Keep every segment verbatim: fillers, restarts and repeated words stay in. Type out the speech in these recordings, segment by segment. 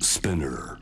Spinner。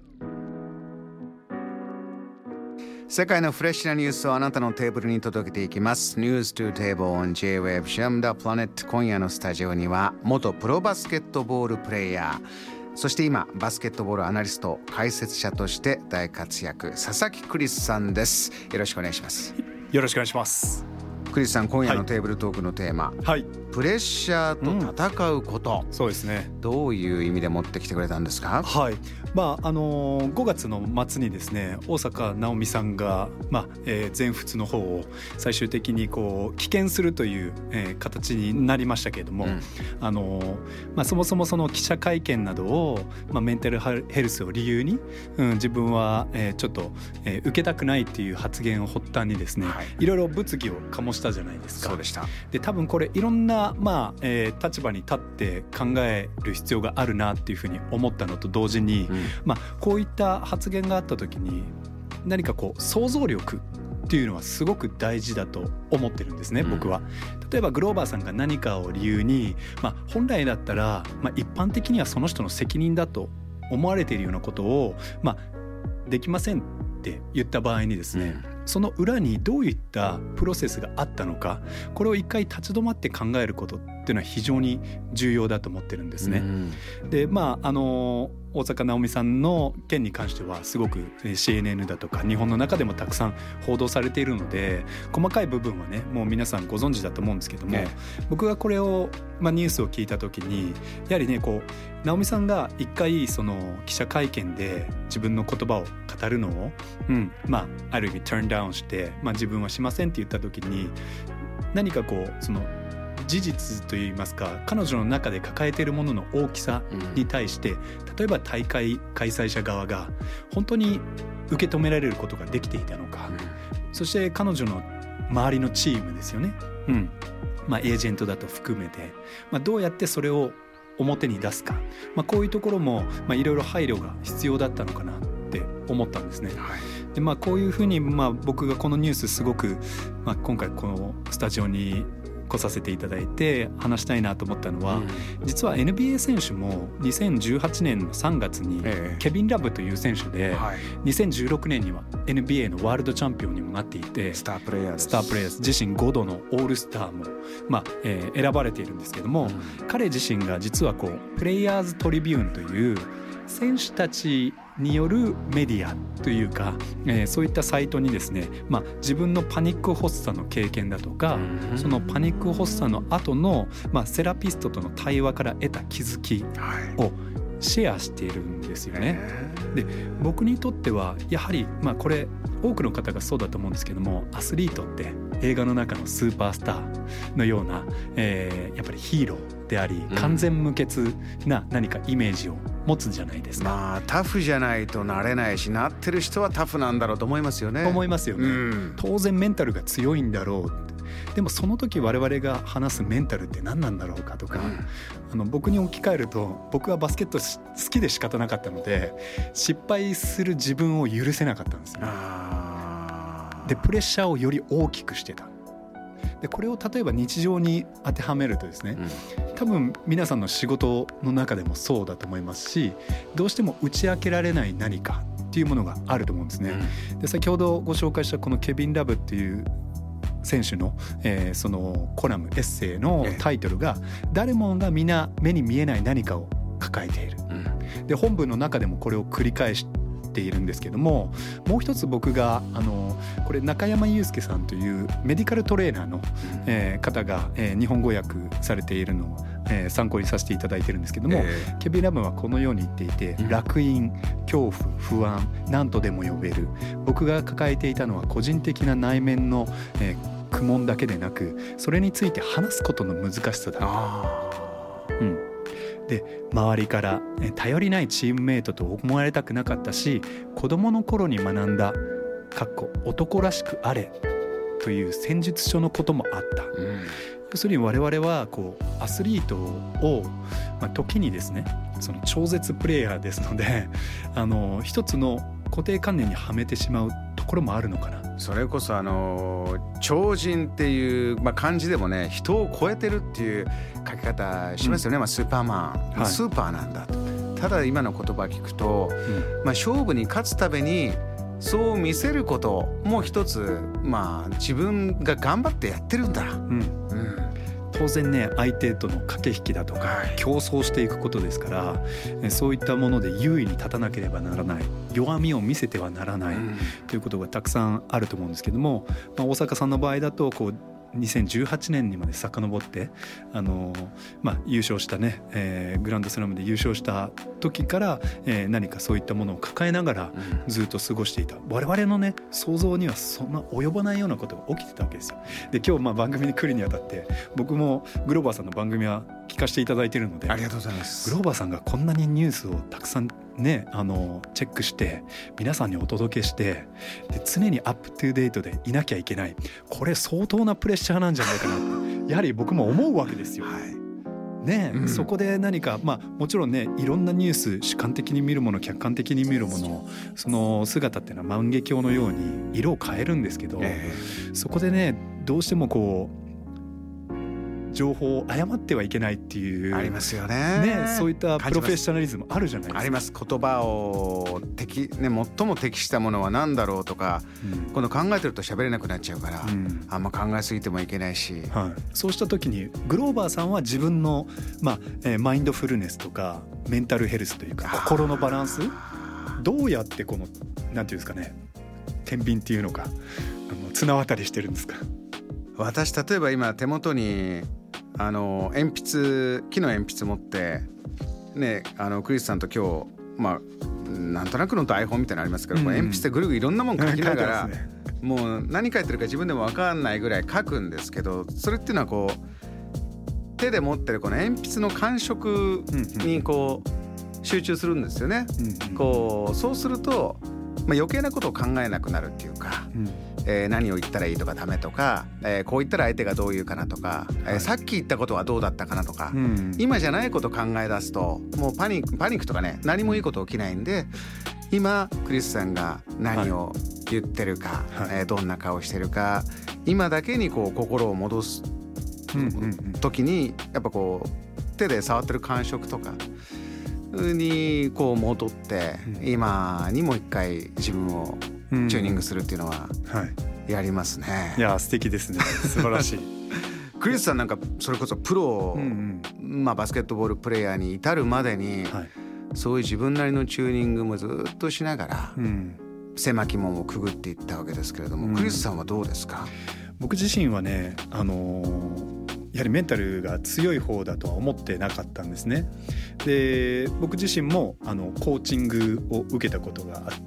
世界のフレッシュなニュースをあなたのテーブルに届けていきます。 News to Table on J-Wave Jam the Planet。 今夜のスタジオには元プロバスケットボールプレイヤー、そして今バスケットボールアナリスト、解説者として大活躍、佐々木クリスさんです。よろしくお願いします。 よろしくお願いします。 クリスさん、今夜のテーブルトークのテーマ、 はい、 プレッシャーと戦うこと、 うん、そうですね。 どういう意味で持ってきてくれたんですか？ はい、まああのー、ごがつの末にですね、大坂なおみさんが、まあえー、全仏の方を最終的にこう棄権するという、えー、形になりましたけれども、うん、あのーまあ、そもそもその記者会見などを、まあ、メンタルヘルスを理由に、うん、自分は、えー、ちょっと、えー、受けたくないっていう発言を発端にですね、はい、いろいろ物議を醸したじゃないですか。 そうでした。 で、多分これいろんな、まあえー、立場に立って考える必要があるなっていうふうに思ったのと同時に、うんまあ、こういった発言があった時に何かこう想像力っていうのはすごく大事だと思ってるんですね、僕は。例えばグローバーさんが何かを理由に、まあ、本来だったら、まあ、一般的にはその人の責任だと思われているようなことを、まあ、できませんって言った場合にですね、うん、その裏にどういったプロセスがあったのか、これを一回立ち止まって考えることっていうのは非常に重要だと思ってるんですね、うん、でまああの大坂なおみさんの件に関してはすごく シーエヌエヌ だとか日本の中でもたくさん報道されているので、細かい部分はねもう皆さんご存知だと思うんですけども、ね、僕がこれを、まあ、ニュースを聞いた時にやはりねこうなおみさんが一回その記者会見で自分の言葉を語るのを、うんまあ、ある意味ターンダウンして、まあ、自分はしませんって言った時に何かこうその事実といいますか彼女の中で抱えているものの大きさに対して、うん、例えば大会開催者側が本当に受け止められることができていたのか、うん、そして彼女の周りのチームですよね、うんまあ、エージェントだと含めて、まあ、どうやってそれを表に出すか、まあ、こういうところもいろいろ配慮が必要だったのかなって思ったんですね、はい。でまあ、こういうふうに、まあ、僕がこのニュースすごく、まあ、今回このスタジオに来させていただいて話したいなと思ったのは、うん、実は エヌビーエー 選手もにせんじゅうはちねんのさんがつにケビン・ラブという選手で、ええ、にせんじゅうろくねんには エヌビーエー のワールドチャンピオンにもなっていて、 スタープレイヤーです。 スタープレイヤーです。自身ごどのオールスターも、まあえー、選ばれているんですけども、うん、彼自身が実はこうプレイヤーズトリビューンという選手たちによるメディアというか、えー、そういったサイトにですね、まあ、自分のパニック発作の経験だとか、うん、そのパニック発作の後の、まあ、セラピストとの対話から得た気づきをシェアしているんですよね、はい、で僕にとってはやはり、まあ、これ多くの方がそうだと思うんですけども、アスリートって映画の中のスーパースターのような、えー、やっぱりヒーローであり完全無欠な何かイメージを持つじゃないですか、 まあタフじゃないとなれないし、なってる人はタフなんだろうと思いますよね。 思いますよね、うん、当然メンタルが強いんだろう。でもその時我々が話すメンタルって何なんだろうかとか、うん、あの僕に置き換えると、僕はバスケット好きで仕方なかったので失敗する自分を許せなかったんですよ、ね、あでプレッシャーをより大きくしてた。でこれを例えば日常に当てはめるとですね、うん、多分皆さんの仕事の中でもそうだと思いますし、どうしても打ち明けられない何かっていうものがあると思うんですね、うん、で先ほどご紹介したこのケビン・ラブっていう選手の、えー、そのコラムエッセイのタイトルが、誰もが皆目に見えない何かを抱えている、うん、で本文の中でもこれを繰り返しているんですけども、もう一つ僕があのこれ中山祐介さんというメディカルトレーナーの、うんえー、方が、えー、日本語訳されているのを、えー、参考にさせていただいてるんですけども、えー、ケビン・ラブはこのように言っていて、うん、烙印、恐怖、不安、何とでも呼べる。僕が抱えていたのは個人的な内面の、えー、苦悶だけでなく、それについて話すことの難しさだ。あ、うん、で周りから頼りないチームメイトと思われたくなかったし、子供の頃に学んだかっこ男らしくあれという戦術書のこともあった、うん、要するに我々はこうアスリートを、まあ、時にですね、その超絶プレイヤーですので、あの一つの固定観念にはめてしまうところもあるのかな。 それこそあの超人っていう、まあ、漢字でもね、人を超えてるっていう書き方しますよね、うんまあ、スーパーマン、はい、スーパーなんだと。 ただ今の言葉聞くと、うん、まあ、勝負に勝つためにそう見せることも一つ、まあ、自分が頑張ってやってるんだ、うんうん、 当然ね相手との駆け引きだとか、はい、競争していくことですから、そういったもので優位に立たなければならない、弱みを見せてはならない、うん、ということがたくさんあると思うんですけども、まあ、大坂さんの場合だとこうにせんじゅうはちねんにまで遡ってあの、まあ、優勝したね、えー、グランドスラムで優勝した時から、えー、何かそういったものを抱えながらずっと過ごしていた、我々のね想像にはそんな及ばないようなことが起きてたわけですよ。で今日まあ番組に来るにあたって僕もグローバーさんの番組は聞かせていただいているので、 ありがとうございます。 グローバーさんがこんなにニュースをたくさんね、あのチェックして皆さんにお届けしてで常にアップトゥデートでいなきゃいけない、これ相当なプレッシャーなんじゃないかなってやはり僕も思うわけですよ、はいね、うん、そこで何か、まあ、もちろんねいろんなニュース主観的に見るもの客観的に見るものその姿っていうのは万華鏡のように色を変えるんですけど、えー、そこでねどうしてもこう情報を誤ってはいけないっていうありますよ ね, ねそういったプロフェッショナリズムあるじゃないですか。 あります。言葉を適、ね、最も適したものは何だろうとか、うん、この考えてると喋れなくなっちゃうから、うん、あんま考えすぎてもいけないし、 はい、そうした時にグローバーさんは自分の、まあえー、マインドフルネスとかメンタルヘルスというか心のバランスどうやってこのなんていうんですかね天秤っていうのかあの綱渡りしてるんですか。 私例えば今手元にあの鉛筆木の鉛筆持ってね、あのクリスさんと今日まあなんとなくの台本みたいなのありますけど、うんうん、鉛筆でぐるぐるいろんなもん書きながら、ね、もう何書いてるか自分でも分かんないぐらい書くんですけど、それっていうのはこう手で持ってるこの鉛筆の感触にこう集中するんですよね、うんうん、こうそうすると、まあ、余計なことを考えなくなるっていうか、うんえー、何を言ったらいいとかダメとか、えー、こう言ったら相手がどう言うかなとか、はいえー、さっき言ったことはどうだったかなとか、うん、今じゃないこと考え出すともうパニックパニックとかね何もいいこと起きないんで、今クリスさんが何を言ってるか、はいえー、どんな顔してるか今だけにこう心を戻す時にやっぱこう手で触ってる感触とかにこう戻って、うん、今にもう一回自分をチューニングするっていうのはやりますね、 うんはい、いや素敵ですね素晴らしいクリスさんなんかそれこそプロ、うんうんまあ、バスケットボールプレーヤーに至るまでに、はい、そういう自分なりのチューニングもずっとしながら、うん、狭き門をくぐっていったわけですけれども、うん、クリスさんはどうですか？ 僕自身はね、あのー、やはりメンタルが強い方だとは思ってなかったんですね。で僕自身もあのコーチングを受けたことがあって、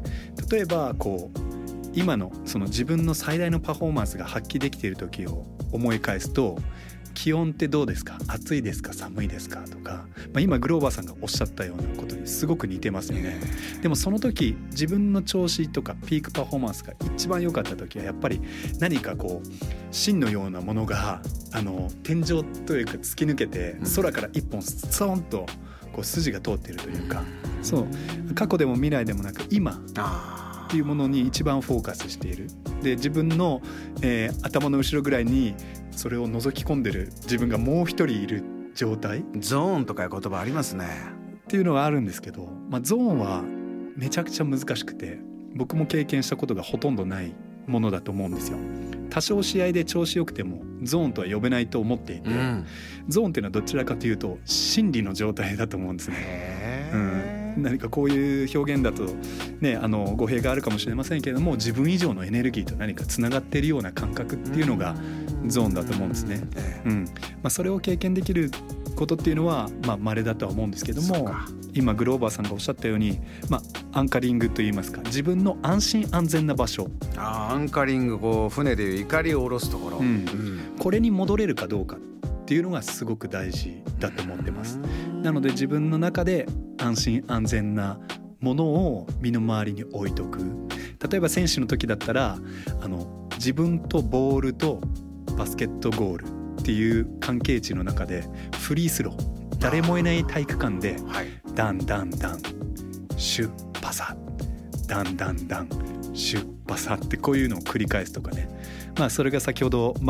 例えばこう今のその自分の最大のパフォーマンスが発揮できている時を思い返すと、気温ってどうですか、暑いですか、寒いですかとか、まあ、今グローバーさんがおっしゃったようなことにすごく似てますよね。でもその時自分の調子とかピークパフォーマンスが一番良かった時はやっぱり何かこう芯のようなものがあの天井というか突き抜けて空から一本ストーンとこう筋が通っているというか、そう過去でも未来でもなく今っていうものに一番フォーカスしている。で自分の、えー、頭の後ろぐらいにそれを覗き込んでる自分がもう一人いる状態、 ゾーンとかいう言葉ありますねっていうのがあるんですけど、まあ、ゾーンはめちゃくちゃ難しくて僕も経験したことがほとんどないものだと思うんですよ。多少試合で調子よくてもゾーンとは呼べないと思っていて、うん、ゾーンっていうのはどちらかというと心理の状態だと思うんですね。へー、うん、何かこういう表現だと、ね、あの語弊があるかもしれませんけれども、自分以上のエネルギーと何かつながっているような感覚っていうのがゾーンだと思うんですね。うんまあ、それを経験できることっていうのはまあ稀だとは思うんですけども、今グローバーさんがおっしゃったように、まあ、アンカリングといいますか、自分の安心安全な場所、 あアンカリング、こう船でいう怒りを下ろすところ、うんうん、 これに戻れるかどうかっていうのがすごく大事だと思ってます。なので自分の中で安心安全なものを身の回りに置いとく。例えば選手の時だったらあの自分とボールとバスケットゴールっていう関係値の中でフリースロー、誰もいない体育館でダンダンダンシュッパサダンダンダンシュッパサってこういうのを繰り返すとかね、まあ、それが先ほど、まあ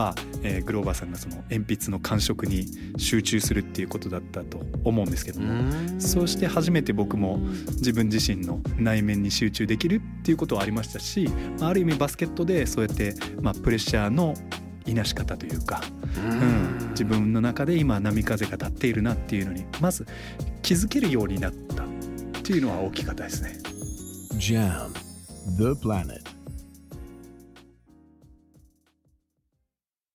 えー、グローバーさんがその鉛筆の感触に集中するっていうことだったと思うんですけども、そうして初めて僕も自分自身の内面に集中できるっていうことはありましたし、ある意味バスケットでそうやって、まあ、プレッシャーのいなし方というか、うん、自分の中で今波風が立っているなっていうのにまず気づけるようになったっていうのは大きかったですね。 ジャム The Planet